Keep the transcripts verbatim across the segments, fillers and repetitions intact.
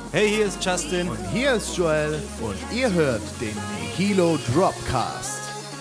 Hey, hier ist Justin. Und hier ist Joel. Und ihr hört den Nihilo Dropcast.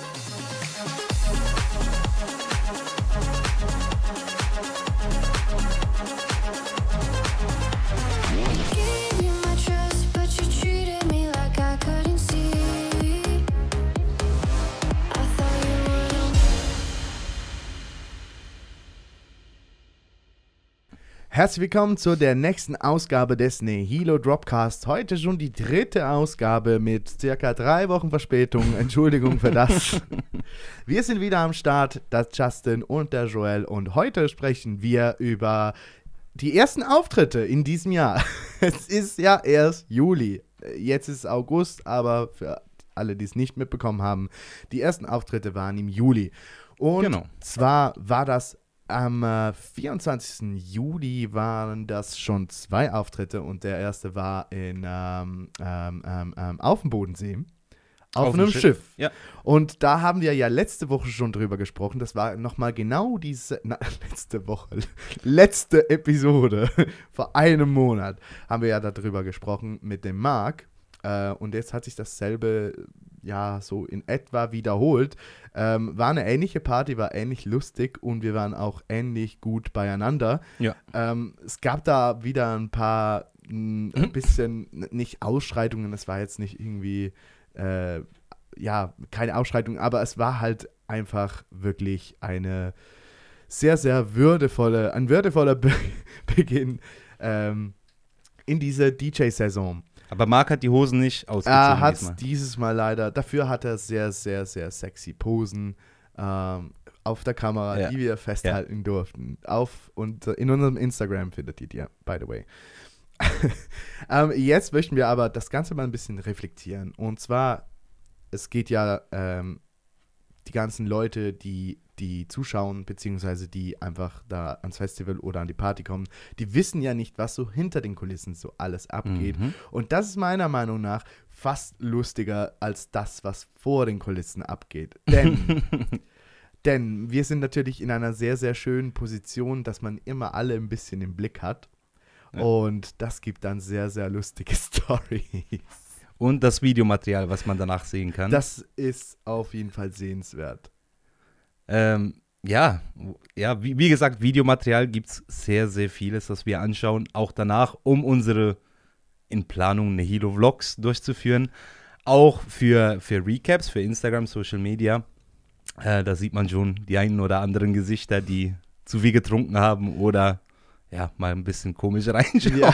Herzlich willkommen zu der nächsten Ausgabe des Nihilo Dropcast. Heute schon die dritte Ausgabe mit circa drei Wochen Verspätung. Entschuldigung für das. Wir sind wieder am Start, das Justin und der Joel. Und heute sprechen wir über die ersten Auftritte in diesem Jahr. Es ist ja erst Juli. Jetzt ist August, aber für alle, die es nicht mitbekommen haben, die ersten Auftritte waren im Juli. Und genau. zwar war das Am äh, vierundzwanzigsten Juli waren das schon zwei Auftritte und der erste war in ähm, ähm, ähm, auf dem Bodensee, auf, auf einem Schiff. Schiff. Ja. Und da haben wir ja letzte Woche schon drüber gesprochen. Das war nochmal genau diese, na, letzte Woche, letzte Episode, vor einem Monat haben wir ja darüber gesprochen mit dem Marc. Äh, und jetzt hat sich dasselbe ja so in etwa wiederholt. Ähm, war eine ähnliche Party, war ähnlich lustig und wir waren auch ähnlich gut beieinander. Ja. Ähm, es gab da wieder ein paar, mh, ein bisschen, nicht Ausschreitungen, es war jetzt nicht irgendwie, äh, ja, keine Ausschreitung, aber es war halt einfach wirklich eine sehr, sehr würdevolle, ein würdevoller Be- Beginn ähm, in diese D J-Saison. Aber Marc hat die Hosen nicht ausgezogen. Er hat diesmal. dieses Mal leider. Dafür hat er sehr, sehr, sehr sexy Posen ähm, auf der Kamera, ja. die wir festhalten ja. durften. Auf und äh, in unserem Instagram findet ihr die, by the way. ähm, jetzt möchten wir aber das Ganze mal ein bisschen reflektieren. Und zwar, es geht ja ähm, die ganzen Leute, die die zuschauen, beziehungsweise die einfach da ans Festival oder an die Party kommen, die wissen ja nicht, was so hinter den Kulissen so alles abgeht. Mhm. Und das ist meiner Meinung nach fast lustiger als das, was vor den Kulissen abgeht. Denn, denn wir sind natürlich in einer sehr, sehr schönen Position, dass man immer alle ein bisschen im Blick hat. Ja. Und das gibt dann sehr, sehr lustige Storys. Und das Videomaterial, was man danach sehen kann. Das ist auf jeden Fall sehenswert. Ähm, ja, ja wie, wie gesagt, Videomaterial gibt es sehr, sehr vieles, das wir anschauen, auch danach, um unsere in Planung Nihilo-Vlogs durchzuführen. Auch für, für Recaps, für Instagram, Social Media. Äh, da sieht man schon die einen oder anderen Gesichter, die zu viel getrunken haben oder ja, mal ein bisschen komisch reinschauen, ja.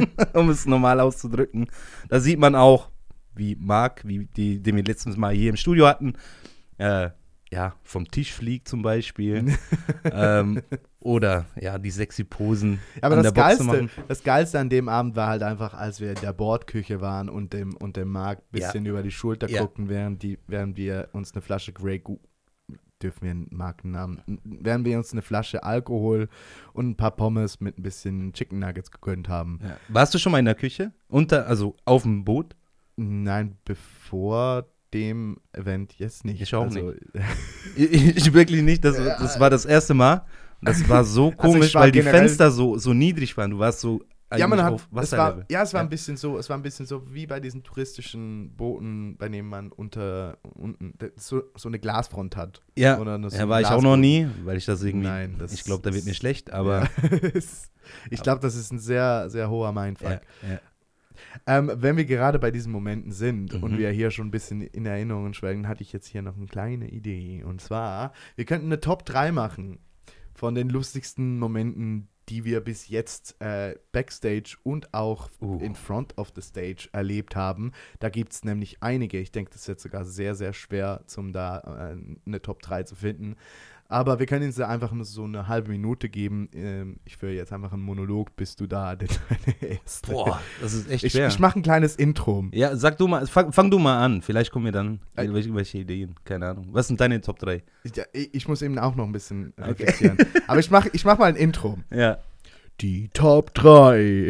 um es normal auszudrücken. Da sieht man auch, wie Marc, wie die, den wir letztens mal hier im Studio hatten, äh, ja, vom Tisch fliegt zum Beispiel. ähm, oder, ja, die sexy Posen Aber an das der Box Geilste, machen. das Geilste an dem Abend war halt einfach, als wir in der Bordküche waren und dem, und dem Marc ein bisschen ja. über die Schulter ja. gucken, während, die, während wir uns eine Flasche Grey Goose, dürfen wir einen Markennamen, während wir uns eine Flasche Alkohol und ein paar Pommes mit ein bisschen Chicken Nuggets gegönnt haben. Ja. Warst du schon mal in der Küche? Unter, also auf dem Boot? Nein, bevor dem Event jetzt nicht. Ich auch also, nicht. ich, ich wirklich nicht. Das, das war das erste Mal. Und das war so komisch, also war weil die Fenster so, so niedrig waren. Du warst so ja, man hat, auf es war, ja, es war ja. ein bisschen so, es war ein bisschen so wie bei diesen touristischen Booten, bei denen man unter unten so, so eine Glasfront hat. Ja, oder so ja war ich auch noch nie, weil ich das irgendwie, Nein, das ich glaube, da wird mir schlecht, aber ja. ich glaube, das ist ein sehr, sehr hoher Mindfuck. Ja, ja. Ähm, wenn wir gerade bei diesen Momenten sind Mhm. und wir hier schon ein bisschen in Erinnerungen schwelgen, hatte ich jetzt hier noch eine kleine Idee. Und zwar, wir könnten eine Top drei machen von den lustigsten Momenten, die wir bis jetzt äh, Backstage und auch uh. in Front of the Stage erlebt haben. Da gibt es nämlich einige. Ich denke, das ist jetzt sogar sehr, sehr schwer, zum da äh, eine Top drei zu finden. Aber wir können uns da einfach nur so eine halbe Minute geben. Ähm, ich führe jetzt einfach einen Monolog, bis du da deine erste. Boah, das ist echt ich, schwer. Ich mache ein kleines Intro. Ja, sag du mal, fang, fang du mal an. Vielleicht kommen mir dann irgendwelche Ideen. Keine Ahnung. Was sind deine Top drei? Ja, ich, ich muss eben auch noch ein bisschen reflektieren. Okay. Aber ich mache ich mach mal ein Intro. Ja. Die Top drei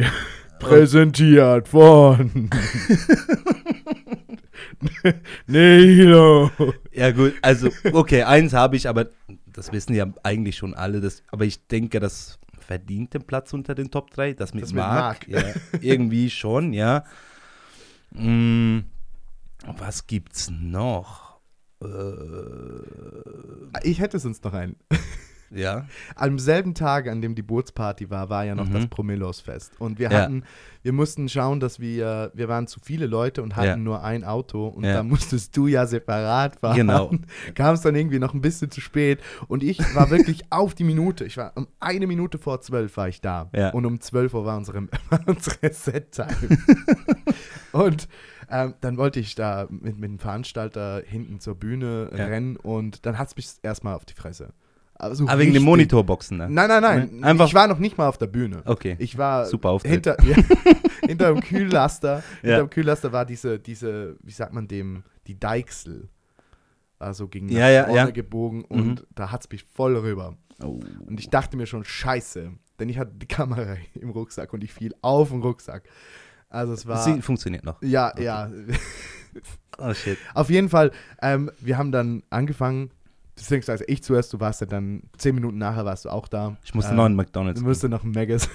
präsentiert von Nihilo. Ja gut, also okay, eins habe ich, aber das wissen ja eigentlich schon alle. Das, aber ich denke, das verdienten Platz unter den Top drei. Das mit Das mit Marc, Marc. ja, irgendwie schon, ja. Mm, was gibt's noch? Äh, Ich hätte sonst noch einen. ja. Am selben Tag, an dem die Bootsparty war, war ja noch Mhm. das Promillos-Fest. Und wir Ja. hatten, wir mussten schauen, dass wir, wir waren zu viele Leute und hatten Ja. nur ein Auto und Ja. da musstest du ja separat fahren. Genau. Kam es dann irgendwie noch ein bisschen zu spät und ich war wirklich auf die Minute. Ich war um eine Minute vor zwölf war ich da. Ja. Und um zwölf Uhr war unsere, war unsere Set-Time. Und ähm, dann wollte ich da mit, mit dem Veranstalter hinten zur Bühne Ja. rennen und dann hat es mich erstmal auf die Fresse. Also Ah, wegen den richtig- Monitorboxen, ne? Nein, nein, nein. Nee, einfach- Ich war noch nicht mal auf der Bühne. Okay. Ich war Super Auftritt. hinter, ja, hinter dem Kühllaster. Ja. Hinter dem Kühllaster war diese, diese, wie sagt man dem, die Deichsel. Also ging nach Ja, ja, vorne ja. gebogen und Mhm. da hat es mich voll rüber. Oh. Und ich dachte mir schon, scheiße, denn ich hatte die Kamera im Rucksack und ich fiel auf den Rucksack. Also es war, Sie funktioniert noch. ja, ja. Oh shit. Auf jeden Fall, ähm, wir haben dann angefangen, beziehungsweise ich zuerst, du warst ja dann, zehn Minuten nachher warst du auch da. Ich musste Ähm, noch in McDonalds. Du musst noch ein Megas.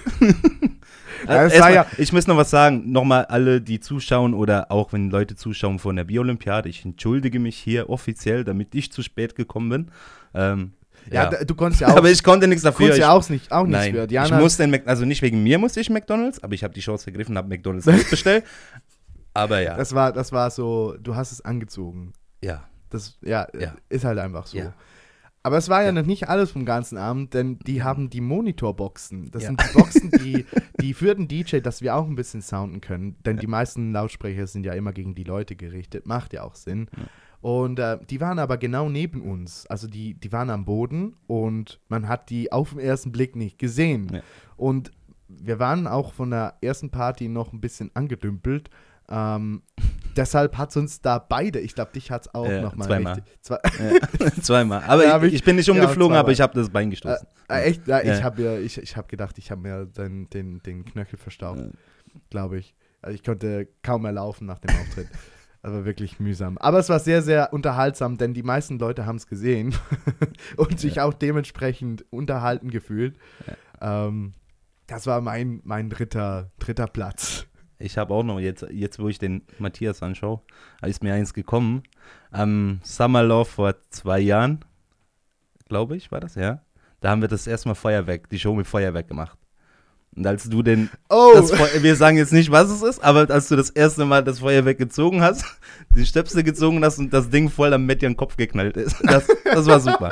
Ja, Ja, es war ja- ich muss noch was sagen. Nochmal alle, die zuschauen oder auch wenn Leute zuschauen von der Biolympiade. Ich entschuldige mich hier offiziell, damit ich zu spät gekommen bin. Ähm, Ja, ja. d- du konntest ja auch, aber ich konnte nichts dafür. konntest Ich, ja auch nicht, auch nicht nein, für. ich Diana, musste in Mac- also nicht wegen mir musste ich McDonalds, aber ich habe die Chance ergriffen, habe McDonalds nicht bestellt. Aber ja, das war, das war so, du hast es angezogen. ja, Das, ja, Ja. ist halt einfach so. Ja. Aber es war ja, Ja. noch nicht alles vom ganzen Abend, denn die haben die Monitorboxen. Das Ja. sind die Boxen, die, die für den D J, dass wir auch ein bisschen sounden können. Denn die meisten Lautsprecher sind ja immer gegen die Leute gerichtet. Macht ja auch Sinn. Ja. Und äh, die waren aber genau neben uns. Also die, die waren am Boden und man hat die auf den ersten Blick nicht gesehen. Ja. Und wir waren auch von der ersten Party noch ein bisschen angedümpelt. Ähm, deshalb hat es uns da beide, ich glaube, dich hat es auch Ja, nochmal zweimal. richtig. Zwei, ja. Zweimal. Aber Ja, ich, mich- ich bin nicht ja, umgeflogen, aber zweimal. ich habe das Bein gestoßen. Äh, echt? Ja, Ja. ich habe ja, ich, ich hab gedacht, ich habe mir den, den, den Knöchel verstaucht, Ja. glaube ich. Also ich konnte kaum mehr laufen nach dem Auftritt. Also wirklich mühsam. Aber es war sehr, sehr unterhaltsam, denn die meisten Leute haben es gesehen und sich auch dementsprechend unterhalten gefühlt. Ähm, das war mein, mein dritter, dritter Platz. Ich habe auch noch, jetzt, jetzt wo ich den Matthias anschaue, ist mir eins gekommen. Am Summer Love vor zwei Jahren, glaube ich, war das, ja. Da haben wir das erste Mal Feuerwerk, die Show mit Feuerwerk gemacht. Und als du den, Oh! das Feu- wir sagen jetzt nicht, was es ist, aber als du das erste Mal das Feuerwerk gezogen hast, die Stöpsel gezogen hast und das Ding voll am Matt ihren Kopf geknallt ist, das, das war super.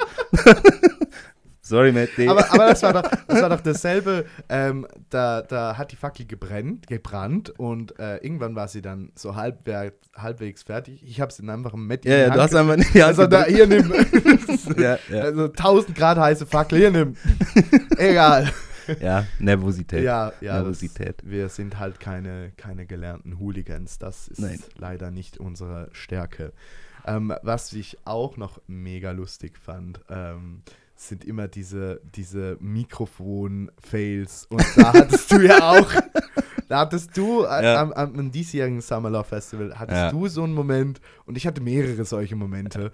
Sorry, Matt. D. Aber, aber das war doch, das war doch dasselbe, ähm, da, da hat die Fackel gebrannt, gebrannt und äh, irgendwann war sie dann so halbwegs, halbwegs fertig. Ich habe sie dann einfach mit ja, ja, du hast einfach nicht die Hand Also da, hier nimm, ja, ja. also tausend Grad heiße Fackel, hier nimm. Egal. ja, Nervosität. Ja, ja, das, Nervosität. wir sind halt keine, keine gelernten Hooligans, das ist Nein. leider nicht unsere Stärke. Ähm, was ich auch noch mega lustig fand, ähm, sind immer diese, diese Mikrofon-Fails. Und da hattest du ja auch, da hattest du äh, Ja. am, am, am diesjährigen Summer Love Festival, hattest Ja. du so einen Moment und ich hatte mehrere solche Momente.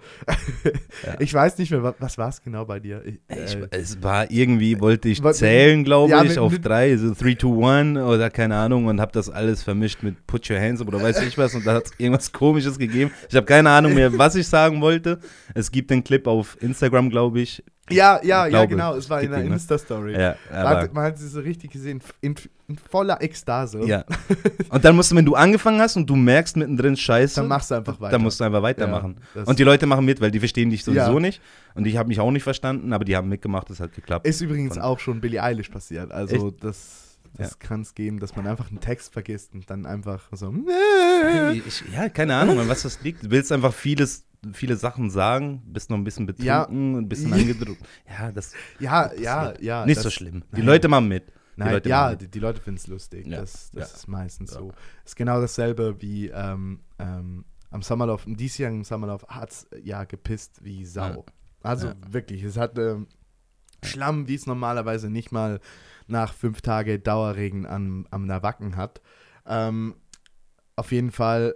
Ja. Ich weiß nicht mehr, wa- was war es genau bei dir? Ich, Ich, äh, es war irgendwie, wollte ich Was- zählen, glaube Ja, ich, mit- auf mit- drei, so three, two, one oder keine Ahnung und habe das alles vermischt mit Put Your Hands Up oder weiß ich was und da hat es irgendwas Komisches gegeben. Ich habe keine Ahnung mehr, was ich sagen wollte. Es gibt den Clip auf Instagram, glaube ich. ja, ja, ja, glaube, genau, es war in gibt einer den, ne? Insta-Story. Ja, Man aber, hat, man hat sie so richtig gesehen, in, in voller Ekstase. ja. Und dann musst du, wenn du angefangen hast und du merkst mittendrin Scheiße, Dann machst du einfach weiter. dann musst du einfach weitermachen. Ja, das Und die Leute machen mit, weil die verstehen dich sowieso Ja. nicht. Und ich habe mich auch nicht verstanden, aber die haben mitgemacht, das hat geklappt. ist übrigens Von- auch schon Billie Eilish passiert. Also das, das Ja. kann es geben, dass man einfach einen Text vergisst und dann einfach so. Ich, ja, keine Ahnung, an was das liegt. Du willst einfach vieles, viele Sachen sagen, bist noch ein bisschen Ja. betrunken, ein bisschen angedrückt. Ja, das Ja, das ja, wird ja. nicht das, so schlimm. Die nein. Leute machen mit. Die Nein, Leute ja, machen mit. die, die Leute finden es lustig. Ja, Das, das ja. ist meistens Ja. so. Ist genau dasselbe wie ähm, ähm, am Summerlauf, im diesjährigen Summerlauf hat es ja gepisst wie Sau. Ja. Also Ja. wirklich, es hatte Schlamm, wie es normalerweise nicht mal nach fünf Tage Dauerregen am, am Nawacken hat. Ähm, auf jeden Fall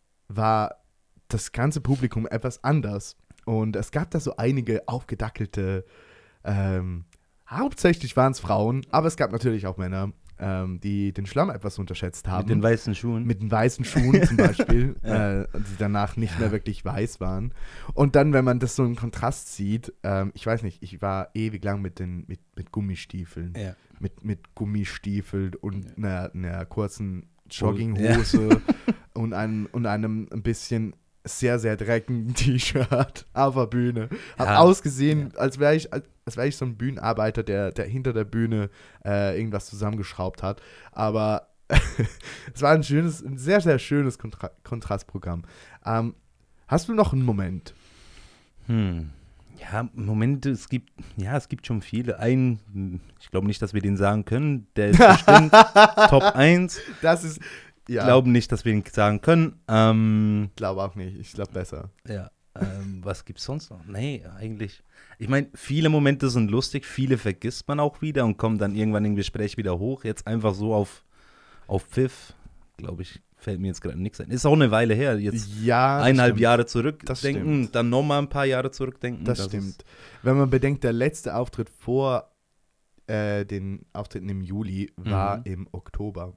war das ganze Publikum etwas anders. Und es gab da so einige aufgedackelte ähm, Hauptsächlich waren es Frauen, aber es gab natürlich auch Männer, ähm, die den Schlamm etwas unterschätzt haben. Mit den weißen Schuhen. Mit den weißen Schuhen zum Beispiel, Ja. äh, die danach nicht Ja. mehr wirklich weiß waren. Und dann, wenn man das so im Kontrast sieht, ähm, ich weiß nicht, ich war ewig lang mit, den, mit, mit Gummistiefeln, Ja. mit, mit Gummistiefeln und Ja. einer, einer kurzen Ja. Jogginghose und, einem, und einem ein bisschen sehr, sehr dreckigen T-Shirt auf der Bühne. Hab Ja. ausgesehen, Ja. als wäre ich, als, als wär ich so ein Bühnenarbeiter, der, der hinter der Bühne äh, irgendwas zusammengeschraubt hat. Aber es war ein schönes, ein sehr, sehr schönes Kontra- Kontrastprogramm. Ähm, hast du noch einen Moment? Hm. Ja, Momente, es gibt, ja, es gibt schon viele. Ein, ich glaube nicht, dass wir den sagen können. Der ist bestimmt Top eins. Das ist, Ich ja, glaube nicht, dass wir ihn sagen können. Ähm, glaube auch nicht. Ich glaube besser. ja. Ähm, was gibt's sonst noch? Nee, eigentlich. Ich meine, viele Momente sind lustig, viele vergisst man auch wieder und kommen dann irgendwann im Gespräch wieder hoch. Jetzt einfach so auf, auf Pfiff, glaube ich, fällt mir jetzt gerade nichts ein. Ist auch eine Weile her. Jetzt Ja, das eineinhalb stimmt. Jahre Das zurückdenken, stimmt. dann nochmal ein paar Jahre zurückdenken. Das, ist- stimmt. Wenn man bedenkt, der letzte Auftritt vor äh, den Auftritten im Juli war Mhm. im Oktober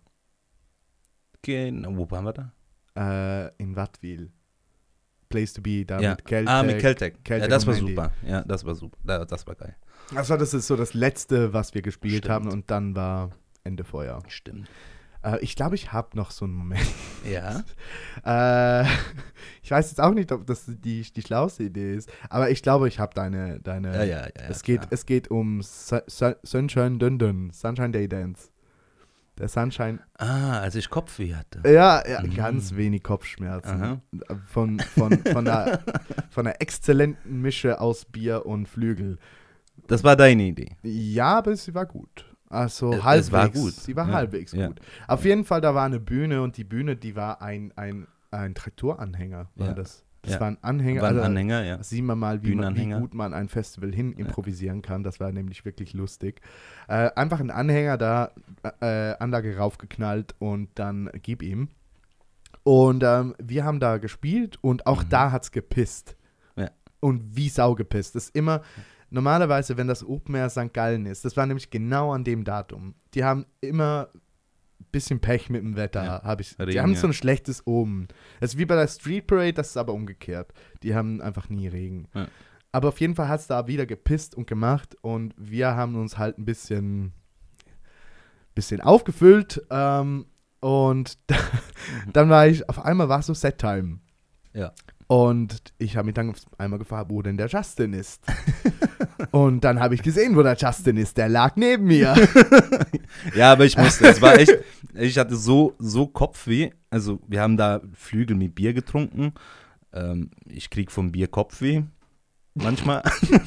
Genau, wo waren wir da? äh, in Wattwil. Place to be, da ja. mit Keltec. ah, mit Keltec. Ja, Keltec das und war Mandy. super. Ja, das war super. Da- Das war geil. Also das ist so das Letzte, was wir gespielt Stimmt. haben und dann war Ende Vorjahr. Stimmt. Äh, ich glaube, ich habe noch so einen Moment. Ja. äh, ich weiß jetzt auch nicht, ob das die, die schlauste Idee ist, aber ich glaube, ich habe deine, deine Ja, ja, ja. ja es, geht, klar. es geht um Su Su Sunshine Dun Dun, Sunshine Day Dance. Der Sunshine, Ah, als ich Kopfweh hatte. ja, ja Mhm. ganz wenig Kopfschmerzen. Aha. Von, von, von, einer, von einer exzellenten Mische aus Bier und Flügel. Das war deine Idee. Ja, aber sie war gut. Also Es- es halbwegs. war gut. Sie war Ja, halbwegs ja. gut. Auf jeden Fall, da war eine Bühne und die Bühne, die war ein, ein, ein Traktoranhänger, war Ja. das. Das Ja. war ein Anhänger. War ein also, Anhänger, ja. Sieht man mal, wie, man, wie Bühnenanhänger. gut man ein Festival hin improvisieren kann. Das war nämlich wirklich lustig. Äh, einfach ein Anhänger da, äh, Anlage raufgeknallt und dann gib ihm. Und ähm, wir haben da gespielt und auch Mhm. da hat's gepisst. Ja. Und wie Sau gepisst. Das ist immer, normalerweise, wenn das Open Air Sankt Gallen ist, das war nämlich genau an dem Datum. Die haben immer ein bisschen Pech mit dem Wetter. Ja. Hab ich, die Regen, haben ja. so ein schlechtes Omen. Das ist wie bei der Street Parade, das ist aber umgekehrt. Die haben einfach nie Regen. Ja. Aber auf jeden Fall hat es da wieder gepisst und gemacht und wir haben uns halt ein bisschen, bisschen aufgefüllt ähm, und dann war ich, auf einmal war es so Set-Time. Ja. Und ich habe mich dann einmal gefragt, wo denn der Justin ist. Und dann habe ich gesehen, wo der Justin ist. Der lag neben mir. Ja, aber ich musste, es war echt, ich hatte so, so Kopfweh. Also wir haben da Flügel mit Bier getrunken. Ähm, ich krieg vom Bier Kopfweh. Manchmal.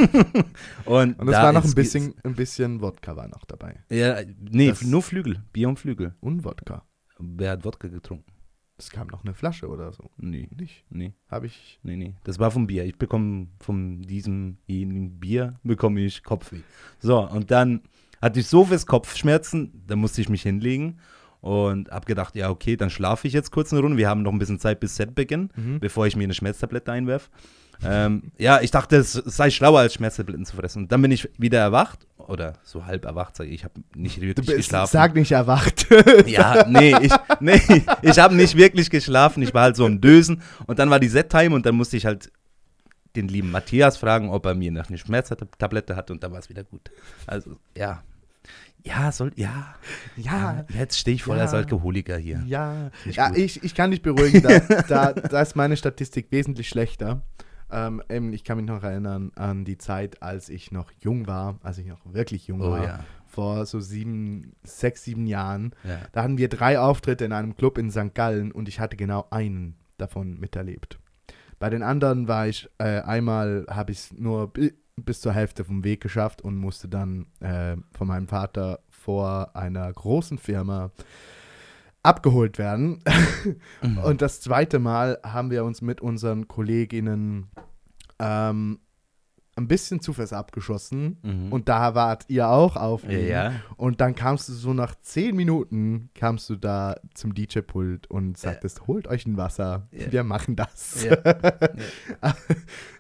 und Und es da war noch ein ist- bisschen, ein bisschen Wodka war noch dabei. Ja, nee, Das- nur Flügel. Bier und Flügel. Und Wodka. Wer hat Wodka getrunken? Es kam noch eine Flasche oder so. Nee, Nicht? nee, Habe ich. nee, nee. Das war vom Bier. Ich bekomme von diesem jenen Bier bekomme ich Kopfweh. So, und dann hatte ich so viel Kopfschmerzen, da musste ich mich hinlegen und hab gedacht, ja, okay, dann schlafe ich jetzt kurz eine Runde. Wir haben noch ein bisschen Zeit bis Setbeginn, Mhm. bevor ich mir eine Schmerztablette einwerfe. ähm, ja, ich dachte, es sei schlauer, als Schmerztabletten zu fressen. Und dann bin ich wieder erwacht, oder so halb erwacht, sage ich, ich habe nicht Du wirklich bist, geschlafen. sag nicht erwacht. Ja, nee, ich, nee, ich habe nicht wirklich geschlafen. Ich war halt so im Dösen. Und dann war die Set-Time und dann musste ich halt den lieben Matthias fragen, ob er mir noch eine Schmerztablette hat und dann war es wieder gut. Also, ja. Ja, soll, ja. Ja, Jetzt stehe ich voll Ja. als Alkoholiker hier. ja. Nicht Ja, gut. ich, ich kann dich beruhigen. Da, da, da ist meine Statistik wesentlich schlechter. Ähm, eben, ich kann mich noch erinnern an die Zeit, als ich noch jung war, als ich noch wirklich jung Oh war. ja. Vor so sieben, sechs, sieben Jahren. ja. Da hatten wir drei Auftritte in einem Club in Sankt Gallen und ich hatte genau einen davon miterlebt. Bei den anderen war ich, äh, einmal habe ich es nur bi- bis zur Hälfte vom Weg geschafft und musste dann äh, von meinem Vater vor einer großen Firma abgeholt werden. Mhm. Und das zweite Mal haben wir uns mit unseren Kolleginnen ähm, ein bisschen zu fest abgeschossen. Mhm. Und da wart ihr auch auf ja, ja. und dann kamst du so nach zehn Minuten, kamst du da zum D J-Pult und sagtest, holt euch ein Wasser, Ja. wir machen das. Ja.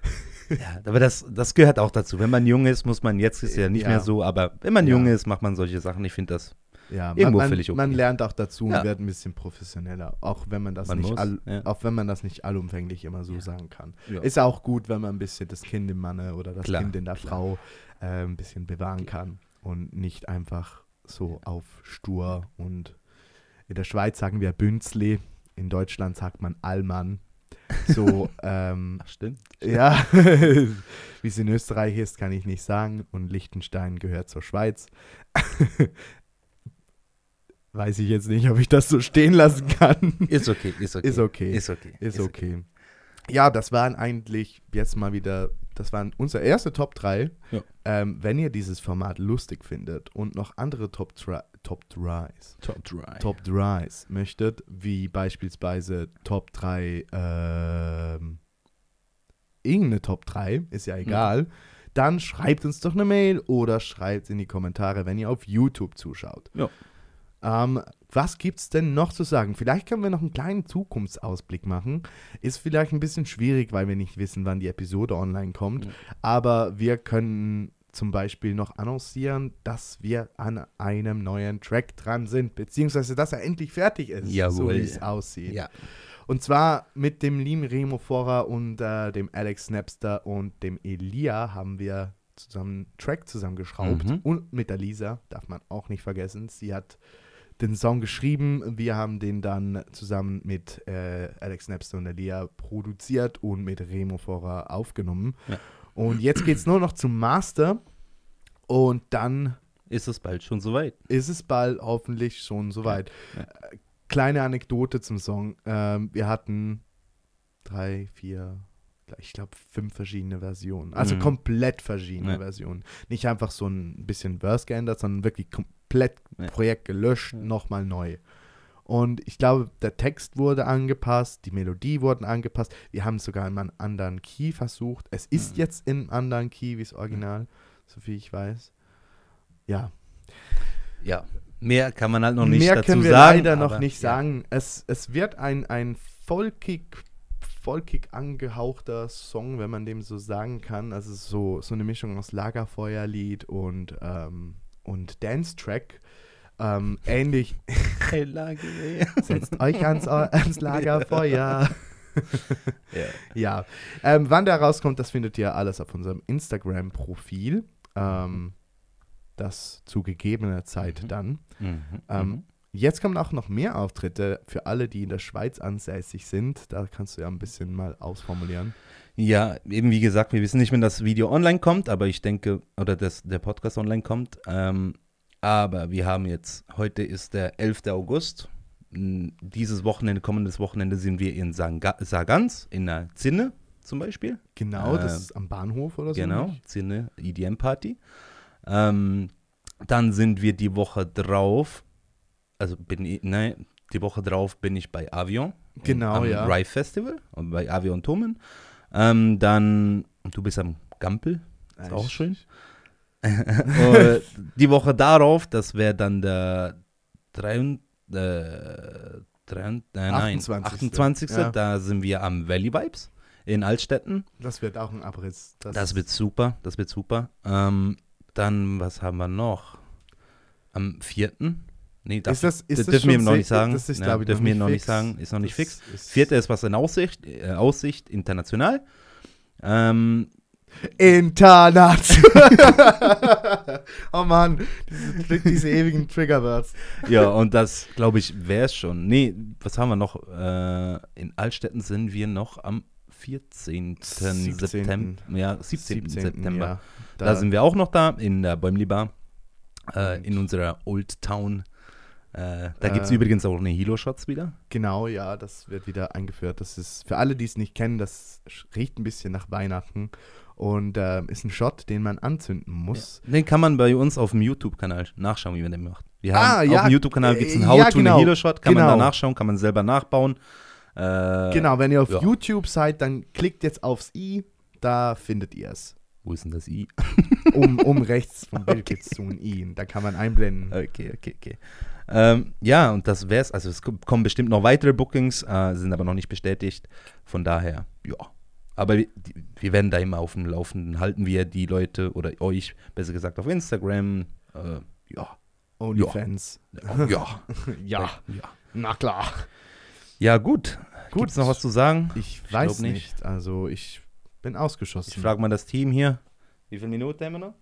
Ja, aber das, das gehört auch dazu. Wenn man jung ist, muss man, jetzt ist ja nicht Ja. mehr so, aber wenn man Ja. jung ist, macht man solche Sachen. Ich finde das, Ja, man, Irgendwo man, völlig okay. man lernt auch dazu und Ja. wird ein bisschen professioneller, auch wenn man das Man nicht muss, all, ja. auch wenn man das nicht allumfänglich immer so Ja. sagen kann. Ja. Ist auch gut, wenn man ein bisschen das Kind im Manne oder das Klar, Kind in der klar. Frau äh, ein bisschen bewahren kann und nicht einfach so auf stur. Und in der Schweiz sagen wir Bünzli, in Deutschland sagt man Allmann. So, ähm, Ach, stimmt. ja, wie es in Österreich ist, kann ich nicht sagen. Und Liechtenstein gehört zur Schweiz. Weiß ich jetzt nicht, ob ich das so stehen lassen kann. Ist okay, ist okay. Ist okay. Ist okay. Ist okay. Ja, das waren eigentlich jetzt mal wieder, das waren unsere erste Top drei. Ja. Ähm, wenn ihr dieses Format lustig findet und noch andere Top drei Top Drys, Top drei. Top Drys möchtet, wie beispielsweise Top drei, ähm, irgendeine Top drei, ist ja egal, dann schreibt uns doch eine Mail oder schreibt in die Kommentare, wenn ihr auf YouTube zuschaut. Ja. Ähm, was gibt's denn noch zu sagen? Vielleicht können wir noch einen kleinen Zukunftsausblick machen. Ist vielleicht ein bisschen schwierig, weil wir nicht wissen, wann die Episode online kommt. Ja. Aber wir können zum Beispiel noch annoncieren, dass wir an einem neuen Track dran sind, beziehungsweise dass er endlich fertig ist, Jawohl. so wie es aussieht. Ja. Und zwar mit dem lieben Remo Fora und äh, dem Alex Napster und dem Elia haben wir zusammen einen Track zusammengeschraubt. Mhm. Und mit der Lisa, darf man auch nicht vergessen. Sie hat den Song geschrieben. Wir haben den dann zusammen mit äh, Alex Napster und Elia produziert und mit Remo Fora aufgenommen. Ja. Und jetzt geht es nur noch zum Master. Und dann Ist es bald schon soweit? ist es bald hoffentlich schon soweit. Ja. Äh, Kleine Anekdote zum Song. Ähm, wir hatten drei, vier, ich glaube fünf verschiedene Versionen. Also Mhm. komplett verschiedene Ja. Versionen. Nicht einfach so ein bisschen Verse geändert, sondern wirklich komplett Ja. Projekt gelöscht, Ja. nochmal neu. Und ich glaube, der Text wurde angepasst, die Melodie wurden angepasst. Wir haben es sogar in einem anderen Key versucht. Es ist Mhm. jetzt in einem anderen Key wie das Original, soviel ich weiß. Ja. Ja. Mehr kann man halt noch nicht Mehr dazu können wir sagen. leider noch aber, nicht ja. sagen. Es, es wird ein, ein folkig, folkig angehauchter Song, wenn man dem so sagen kann. Also so, so eine Mischung aus Lagerfeuerlied und, ähm, und Dance-Track. Ähm, ähnlich. Hey, Lager, Setzt euch ans, ans Lagerfeuer. ja. Ja. Ähm, wann der rauskommt, das findet ihr alles auf unserem Instagram-Profil. Ähm, das zu gegebener Zeit Mhm. dann. Mhm. Ähm, Mhm. Jetzt kommen auch noch mehr Auftritte für alle, die in der Schweiz ansässig sind. Da kannst du ja ein bisschen mal ausformulieren. Ja, eben wie gesagt, wir wissen nicht, wenn das Video online kommt, aber ich denke, oder das, der Podcast online kommt. Ähm, aber wir haben jetzt, heute ist der elfter August. M, Dieses Wochenende, kommendes Wochenende sind wir in Sanga- Sargans, in der Zinne zum Beispiel. Genau, das Ähm, ist am Bahnhof oder so. Genau, nicht? Zinne E D M-Party. Ähm, dann sind wir die Woche drauf, also bin ich, nein, die Woche drauf bin ich bei Avion. Genau, am ja. Rive Festival, und bei Avion Tomen. Ähm, dann, du bist am Gampel, ist auch schön. Und die Woche darauf, das wäre dann der dreiundzwanzigste Äh, drei, äh, nein, achtundzwanzigste achtundzwanzigste Ja. Da sind wir am Valley Vibes in Altstetten. Das wird auch ein Abriss. Das, Das wird super, das wird super. Ähm, dann, was haben wir noch? Am vierten Nee, das, Ist das- ist das das dürfen wir schon noch nicht se- sagen. das ist, Ja, glaub ich, dürfen noch wir nicht noch nicht fix. sagen, ist noch nicht Das fix. ist- Vierte ist was in Aussicht, äh, Aussicht international. Ähm, Internat. Oh Mann, diese, Tri- diese ewigen Triggerwords. ja, und das, glaube ich, wäre es schon. Nee, was haben wir noch? Äh, in Altstetten sind wir noch am vierzehnten siebzehnten September. Ja, siebzehnten September. Ja, Da, sind wir auch noch da, in der Bäumli Bar, äh, Und- in unserer Old Town. Äh, da gibt es Äh, übrigens auch eine Hilo-Shots wieder. Genau, ja, das wird wieder eingeführt. Das ist für alle, die es nicht kennen, das sch- riecht ein bisschen nach Weihnachten und ähm, ist ein Shot, den man anzünden muss. Den kann man bei uns auf dem YouTube-Kanal nachschauen, wie man den macht. Wir Ah, haben ja, auf dem YouTube-Kanal gibt es ein äh, How ja, to genau, eine Hilo-Shot, kann man genau. da nachschauen, kann man selber nachbauen. Äh, Genau, wenn ihr auf ja. YouTube seid, dann klickt jetzt aufs i, da findet ihr es. Wo ist denn das I? Um, um rechts vom Bild gibt es so ein i, da kann man einblenden. Okay, okay, okay. Ähm, ja, und das wär's. Also es kommen bestimmt noch weitere Bookings, äh, sind aber noch nicht bestätigt. Von daher, ja. aber wir, wir werden da immer auf dem Laufenden halten, wir die Leute oder euch, besser gesagt, auf Instagram. Äh, ja. OnlyFans. Ja. Ja. ja. ja. Na klar. Ja, gut. Gut. Gibt's noch was zu sagen? Ich, Ich weiß glaub nicht. nicht. Also ich bin ausgeschossen. Ich frage mal das Team hier. Wie viele Minuten haben wir noch?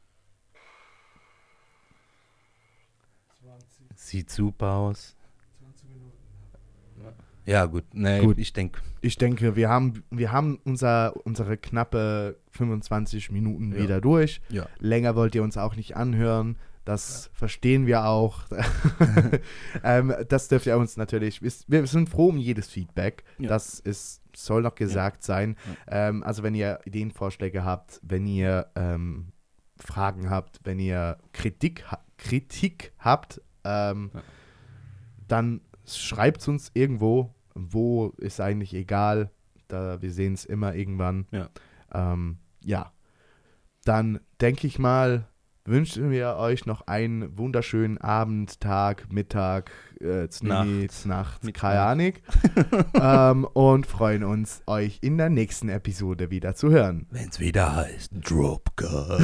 zwanzig. Sieht super aus. zwanzig Minuten. Ja, gut. Nee, Gut. ich denke. Ich denke, wir haben, wir haben unser, unsere knappe fünfundzwanzig Minuten Ja. wieder durch. Ja. Länger wollt ihr uns auch nicht anhören. Das verstehen wir auch. ähm, das dürft ihr uns natürlich. Wir sind froh um jedes Feedback. Ja. Das ist, soll noch gesagt sein. Ähm, also, wenn ihr Ideenvorschläge habt, wenn ihr ähm, Fragen habt, wenn ihr Kritik, ha- Kritik habt, ähm, Ja. dann schreibt es uns irgendwo. Wo ist eigentlich egal. Da, wir sehen es immer irgendwann. Ja. Ähm, ja. Dann denke ich mal, wünschen wir euch noch einen wunderschönen Abend, Tag, Mittag, äh, Znitz, Nacht, Mittag. keine Ahnung. ähm, und freuen uns, euch in der nächsten Episode wieder zu hören. Wenn es wieder heißt Dropcast.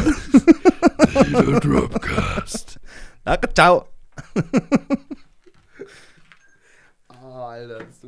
Dropcast. Danke, ciao. Oh, Alter.